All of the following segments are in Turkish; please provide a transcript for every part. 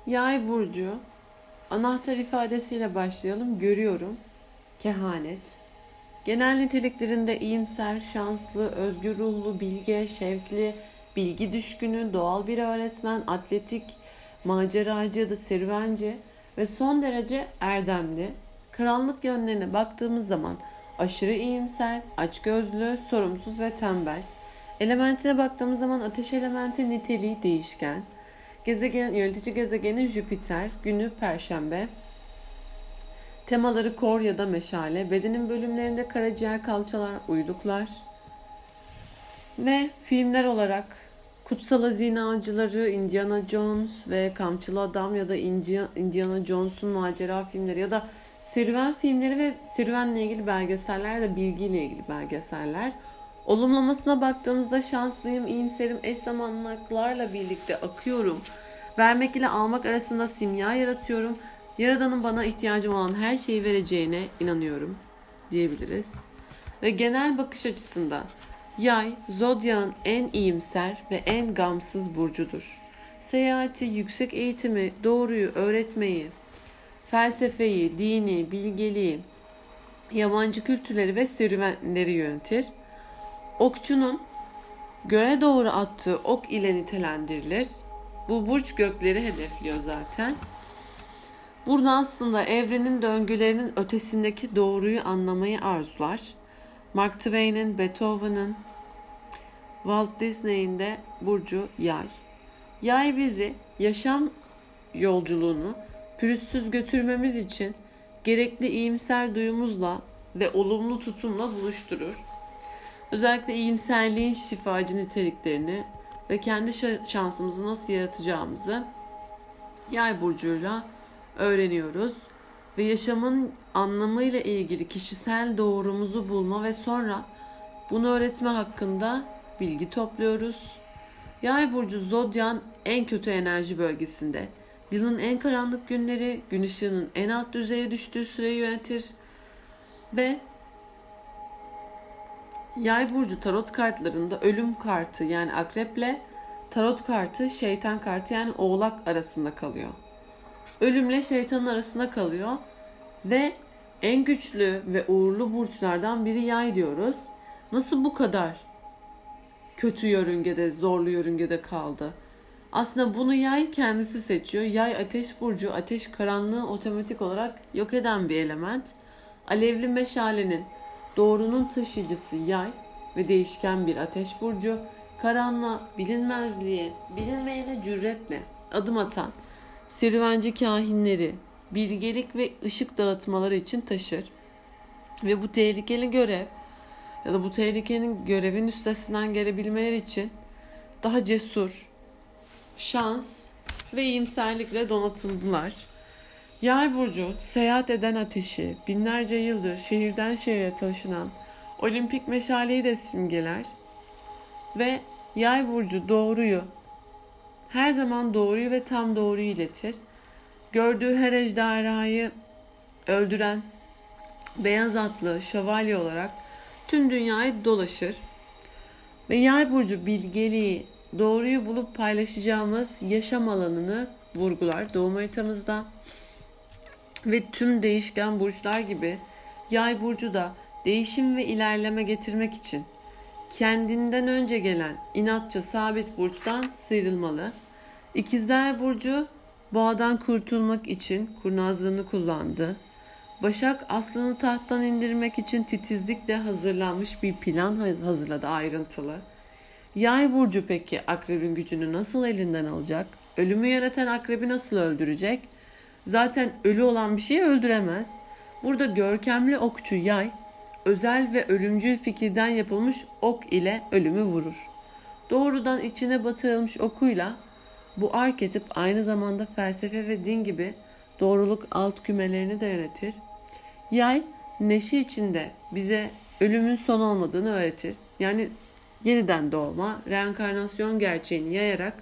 Yay burcu. Anahtar ifadesiyle başlayalım. Görüyorum. Kehanet. Genel niteliklerinde iyimser, şanslı, özgür ruhlu, bilge, şevkli, bilgi düşkünü, doğal bir öğretmen, atletik, maceracı ya da serüvenci ve son derece erdemli. Karanlık yönlerine baktığımız zaman aşırı iyimser, açgözlü, sorumsuz ve tembel. Elementine baktığımız zaman ateş elementi niteliği değişken. Yönetici gezegeni Jüpiter, günü Perşembe. Temaları kor ya da meşale. Bedenin bölümlerinde karaciğer, kalçalar, uyluklar. Ve filmler olarak Kutsal Hazine Avcıları, Indiana Jones ve Kamçılı Adam ya da Indiana Jones'un macera filmleri ya da serüven filmleri ve serüvenle ilgili belgeseller ya da bilgiyle ilgili belgeseller. Olumlamasına baktığımızda şanslıyım, iyimserim, eş zamanlıklarla birlikte akıyorum. Vermek ile almak arasında simya yaratıyorum. Yaradan'ın bana ihtiyacım olan her şeyi vereceğine inanıyorum diyebiliriz. Ve genel bakış açısında Yay, zodyağın en iyimser ve en gamsız burcudur. Seyahati, yüksek eğitimi, doğruyu öğretmeyi, felsefeyi, dini, bilgeliği, yabancı kültürleri ve serüvenleri yönetir. Okçunun göğe doğru attığı ok ile nitelendirilir. Bu burç gökleri hedefliyor zaten. Burada aslında evrenin döngülerinin ötesindeki doğruyu anlamayı arzular. Mark Twain'in, Beethoven'ın, Walt Disney'in de burcu Yay. Yay bizi yaşam yolculuğunu pürüzsüz götürmemiz için gerekli iyimser duyumuzla ve olumlu tutumla buluşturur. Özellikle iyimserliğin şifacı niteliklerini ve kendi şansımızı nasıl yaratacağımızı Yay burcuyla öğreniyoruz. Ve yaşamın anlamıyla ilgili kişisel doğrumuzu bulma ve sonra bunu öğretme hakkında bilgi topluyoruz. Yay burcu zodyan en kötü enerji bölgesinde. Yılın en karanlık günleri, gün ışığının en alt düzeye düştüğü süreyi yönetir. Ve Yay burcu tarot kartlarında ölüm kartı yani akreple tarot kartı şeytan kartı yani oğlak arasında kalıyor. Ölümle şeytanın arasında kalıyor ve en güçlü ve uğurlu burçlardan biri Yay diyoruz. Nasıl bu kadar kötü yörüngede, zorlu yörüngede kaldı? Aslında bunu Yay kendisi seçiyor. Yay ateş burcu, ateş karanlığı otomatik olarak yok eden bir element. Alevli meşalenin, doğrunun taşıyıcısı Yay ve değişken bir ateş burcu. Karanlığa, bilinmezliğe, bilinmeyene cüretle adım atan serüvenci kahinleri, bilgelik ve ışık dağıtmaları için taşır. Ve bu tehlikeli görev ya da bu tehlikenin görevin üstesinden gelebilmeleri için daha cesur, şans ve iyimserlikle donatıldılar. Yay burcu seyahat eden ateşi, binlerce yıldır şehirden şehire taşınan olimpik meşaleyi de simgeler. Ve Yay burcu doğruyu, her zaman doğruyu ve tam doğruyu iletir. Gördüğü her ejderhayı öldüren beyaz atlı şövalye olarak tüm dünyayı dolaşır. Ve Yay burcu bilgeliği, doğruyu bulup paylaşacağımız yaşam alanını vurgular doğum haritamızda. Ve tüm değişken burçlar gibi Yay burcu da değişim ve ilerleme getirmek için kendinden önce gelen inatçı sabit burçtan sıyrılmalı. İkizler burcu boğadan kurtulmak için kurnazlığını kullandı. Başak aslanı tahttan indirmek için titizlikle hazırlanmış bir plan hazırladı ayrıntılı. Yay burcu peki akrebin gücünü nasıl elinden alacak? Ölümü yaratan akrebi nasıl öldürecek? Zaten ölü olan bir şeyi öldüremez. Burada görkemli okçu Yay, özel ve ölümcül fikirden yapılmış ok ile ölümü vurur. Doğrudan içine batırılmış okuyla bu arketip aynı zamanda felsefe ve din gibi doğruluk alt kümelerini de yönetir. Yay, neşe içinde bize ölümün son olmadığını öğretir. Yani yeniden doğma, reenkarnasyon gerçeğini yayarak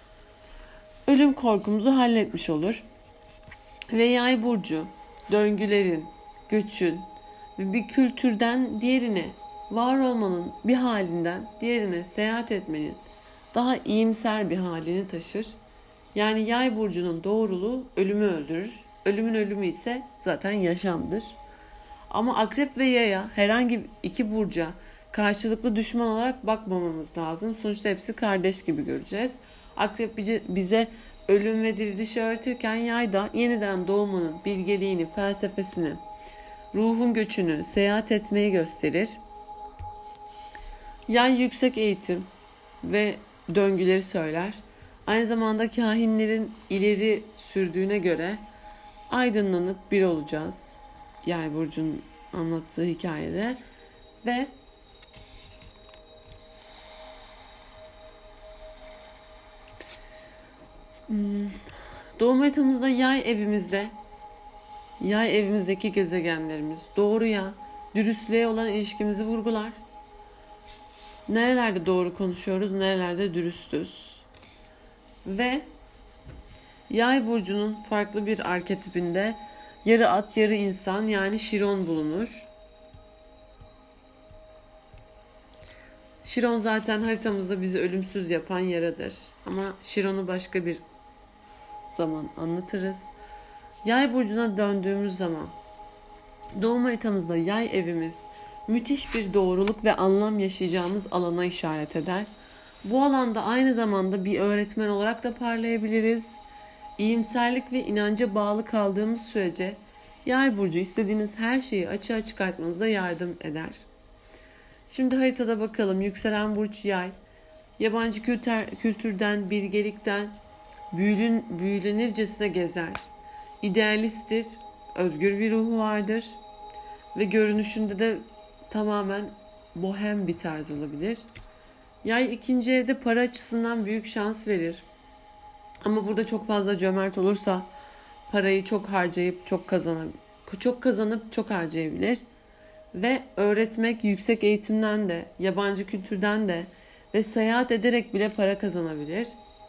ölüm korkumuzu halletmiş olur. Ve Yay burcu döngülerin, göçün ve bir kültürden diğerine, var olmanın bir halinden diğerine seyahat etmenin daha iyimser bir halini taşır. Yani yay burcunun doğruluğu ölümü öldürür. Ölümün ölümü ise zaten yaşamdır. Ama akrep ve yaya herhangi iki burca karşılıklı düşman olarak bakmamamız lazım. Sonuçta hepsi kardeş gibi göreceğiz. Akrep bize ölüm ve dirilişi öğretirken yay da yeniden doğmanın bilgeliğini, felsefesini, ruhun göçünü, seyahat etmeyi gösterir. Yay yüksek eğitim ve döngüleri söyler. Aynı zamanda kahinlerin ileri sürdüğüne göre aydınlanıp bir olacağız. Yay burcunun anlattığı hikayede ve doğum haritamızda yay evimizdeki gezegenlerimiz doğruya, dürüstlüğe olan ilişkimizi vurgular. Nerelerde doğru konuşuyoruz, nerelerde dürüstüz. Ve yay burcunun farklı bir arketipinde yarı at, yarı insan yani Şiron bulunur. Şiron zaten haritamızda bizi ölümsüz yapan yaradır. Ama Şiron'u başka bir zaman anlatırız. Yay burcuna döndüğümüz zaman doğum haritamızda yay evimiz müthiş bir doğruluk ve anlam yaşayacağımız alana işaret eder. Bu alanda aynı zamanda bir öğretmen olarak da parlayabiliriz. İyimserlik ve inanca bağlı kaldığımız sürece yay burcu istediğiniz her şeyi açığa çıkartmanıza yardım eder. Şimdi haritada bakalım. Yükselen burç yay. Yabancı kültürden, bilgelikten büyülenircesine gezer. İdealisttir, özgür bir ruhu vardır ve görünüşünde de tamamen bohem bir tarz olabilir. Yay ikinci evde para açısından büyük şans verir. Ama burada çok fazla cömert olursa parayı çok harcayıp çok kazanıp çok harcayabilir. Ve öğretmek, yüksek eğitimden de, yabancı kültürden de ve seyahat ederek bile para kazanabilir.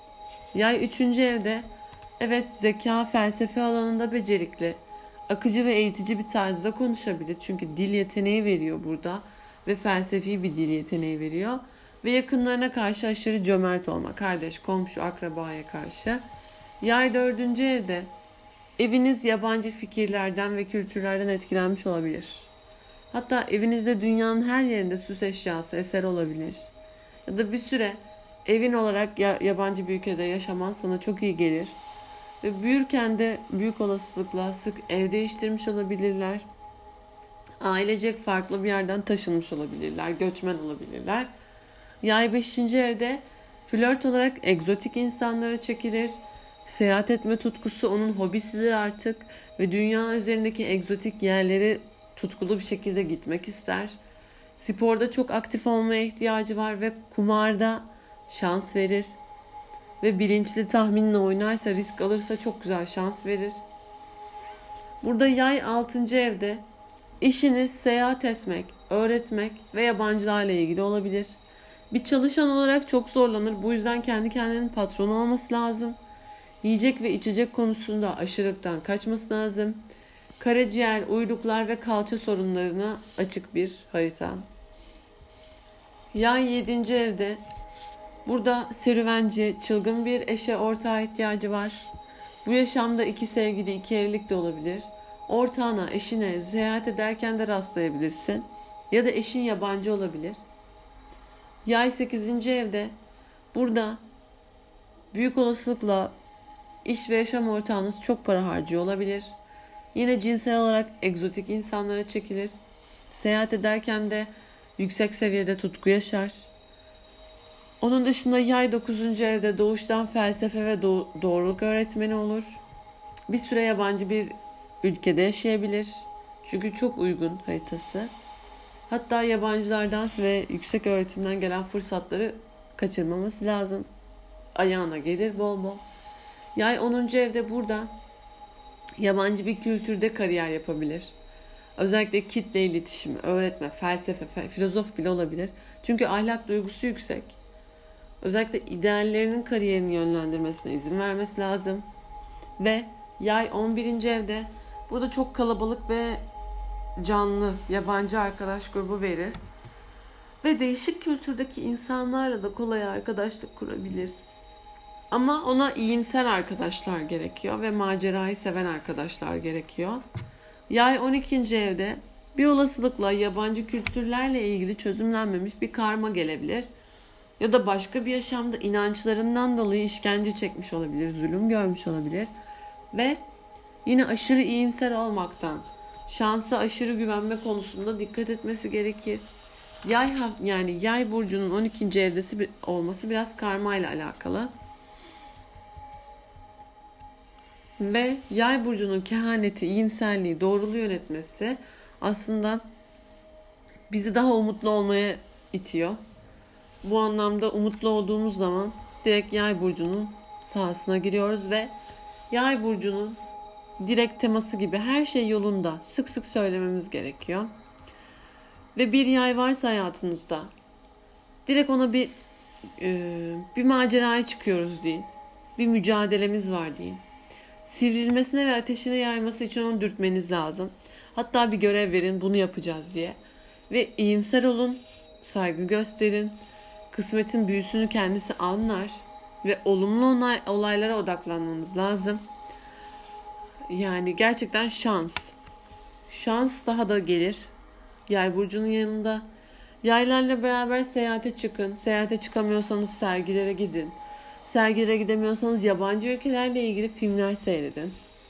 Yay 3. evde evet zeka, felsefe alanında becerikli, akıcı ve eğitici bir tarzda konuşabilir. Çünkü dil yeteneği veriyor burada ve felsefi bir dil yeteneği veriyor. Ve yakınlarına karşı aşırı cömert olma, kardeş, komşu, akrabaya karşı. Yay 4. evde eviniz yabancı fikirlerden ve kültürlerden etkilenmiş olabilir. Hatta evinizde dünyanın her yerinde süs eşyası, eser olabilir. Ya da bir süre evin olarak yabancı bir ülkede yaşaman sana çok iyi gelir. Ve büyürken de büyük olasılıkla sık ev değiştirmiş olabilirler. Ailecek farklı bir yerden taşınmış olabilirler, göçmen olabilirler. Yay 5. evde flört olarak egzotik insanlara çekilir. Seyahat etme tutkusu onun hobisidir artık ve dünya üzerindeki egzotik yerleri tutkulu bir şekilde gitmek ister. Sporda çok aktif olmaya ihtiyacı var ve kumarda şans verir. Ve bilinçli tahminle oynarsa, risk alırsa çok güzel şans verir. Burada yay 6. evde işiniz seyahat etmek, öğretmek ve yabancılarla ilgili olabilir. Bir çalışan olarak çok zorlanır. Bu yüzden kendi kendinin patronu olması lazım. Yiyecek ve içecek konusunda aşırılıktan kaçması lazım. Karaciğer, uyluklar ve kalça sorunlarına açık bir harita. Yay 7. evde. Burada serüvenci, çılgın bir eşe, ortağa ihtiyacı var. Bu yaşamda iki sevgili, iki evlilik de olabilir. Ortağına, eşine seyahat ederken de rastlayabilirsin. Ya da eşin yabancı olabilir. Yay 8. evde. Burada büyük olasılıkla iş ve yaşam ortağınız çok para harcıyor olabilir. Yine cinsel olarak egzotik insanlara çekilir. Seyahat ederken de yüksek seviyede tutku yaşar. Onun dışında yay 9. evde doğuştan felsefe ve doğruluk öğretmeni olur. Bir süre yabancı bir ülkede yaşayabilir. Çünkü çok uygun haritası. Hatta yabancılardan ve yüksek öğretimden gelen fırsatları kaçırmaması lazım. Ayağına gelir bol bol. Yay 10. evde burada yabancı bir kültürde kariyer yapabilir. Özellikle kitle iletişimi, öğretme, felsefe, filozof bile olabilir. Çünkü ahlak duygusu yüksek. Özellikle ideallerinin kariyerini yönlendirmesine izin vermesi lazım. Ve yay 11. evde burada çok kalabalık ve canlı yabancı arkadaş grubu verir. Ve değişik kültürdeki insanlarla da kolay arkadaşlık kurabilir. Ama ona iyimser arkadaşlar gerekiyor ve macerayı seven arkadaşlar gerekiyor. Yay 12. evde bir olasılıkla yabancı kültürlerle ilgili çözümlenmemiş bir karma gelebilir. Ya da başka bir yaşamda inançlarından dolayı işkence çekmiş olabilir, zulüm görmüş olabilir. Ve yine aşırı iyimser olmaktan, şansa aşırı güvenme konusunda dikkat etmesi gerekir. Yay burcunun 12. evdesi olması biraz karma ile alakalı. Ve yay burcunun kehaneti, iyimserliği, doğruluğu yönetmesi aslında bizi daha umutlu olmaya itiyor. Bu anlamda umutlu olduğumuz zaman direkt yay burcunun sahasına giriyoruz ve yay burcunun direkt teması gibi her şey yolunda sık sık söylememiz gerekiyor. Ve bir yay varsa hayatınızda direkt ona bir maceraya çıkıyoruz deyin. Bir mücadelemiz var deyin. Sivrilmesine ve ateşine yayması için onu dürtmeniz lazım. Hatta bir görev verin, bunu yapacağız diye. Ve iyimser olun, saygı gösterin. Kısmetin büyüsünü kendisi anlar ve olumlu olaylara odaklanmamız lazım. Yani gerçekten şans. Şans daha da gelir. Yay burcunun yanında. Yaylarla beraber seyahate çıkın. Seyahate çıkamıyorsanız sergilere gidin. Sergilere gidemiyorsanız yabancı ülkelerle ilgili filmler seyredin.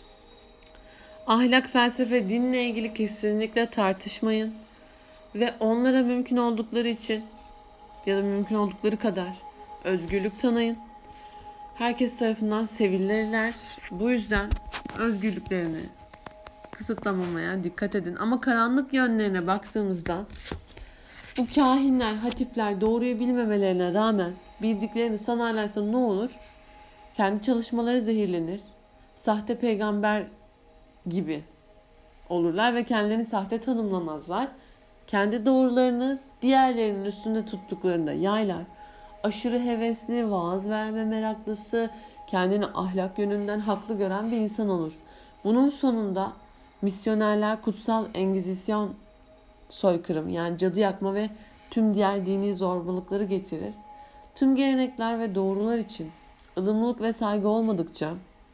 Ahlak, felsefe, dinle ilgili kesinlikle tartışmayın. Ve onlara mümkün oldukları için ya da mümkün oldukları kadar özgürlük tanıyın. Herkes tarafından sevilirler. Bu yüzden özgürlüklerini kısıtlamamaya dikkat edin. Ama karanlık yönlerine baktığımızda bu kahinler, hatipler doğruyu bilmemelerine rağmen bildiklerini sanarlarsa ne olur? Kendi çalışmaları zehirlenir. Sahte peygamber gibi olurlar ve kendilerini sahte tanımlamazlar. Kendi doğrularını diğerlerinin üstünde tuttuklarında yaylar. Aşırı hevesli, vaaz verme meraklısı, kendini ahlak yönünden haklı gören bir insan olur. Bunun sonunda misyonerler kutsal Engizisyon soykırım yani cadı yakma ve tüm diğer dini zorbalıkları getirir. Tüm gelenekler ve doğrular için ılımlılık ve saygı olmadıkça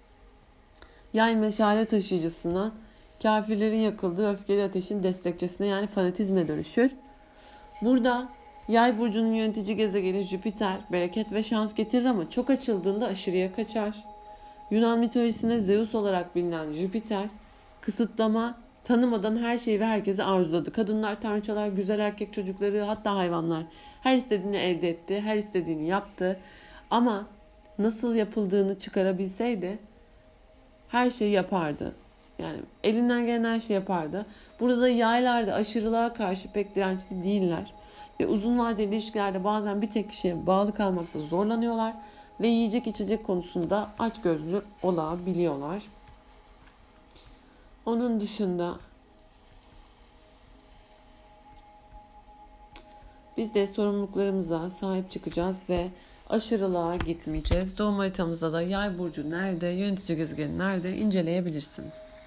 yay meşale taşıyıcısından kafirlerin yakıldığı öfkeli ateşin destekçisine yani fanatizme dönüşür. Burada yay burcunun yönetici gezegeni Jüpiter bereket ve şans getirir ama çok açıldığında aşırıya kaçar. Yunan mitolojisinde Zeus olarak bilinen Jüpiter kısıtlama, tanımadan her şeyi ve herkesi arzuladı. Kadınlar, tanrıçalar, güzel erkek çocukları hatta hayvanlar her istediğini elde etti, her istediğini yaptı. Ama nasıl yapıldığını çıkarabilseydi her şeyi yapardı. Yani elinden gelen her şeyi yapardı. Burada yaylar da aşırılığa karşı pek dirençli değiller. Ve uzun vadeli ilişkilerde bazen bir tek kişiye bağlı kalmakta zorlanıyorlar. Ve yiyecek içecek konusunda açgözlü olabiliyorlar. Onun dışında biz de sorumluluklarımıza sahip çıkacağız ve aşırılığa gitmeyeceğiz. Doğum haritamızda da yay burcu nerede, yönetici gezegeni nerede inceleyebilirsiniz.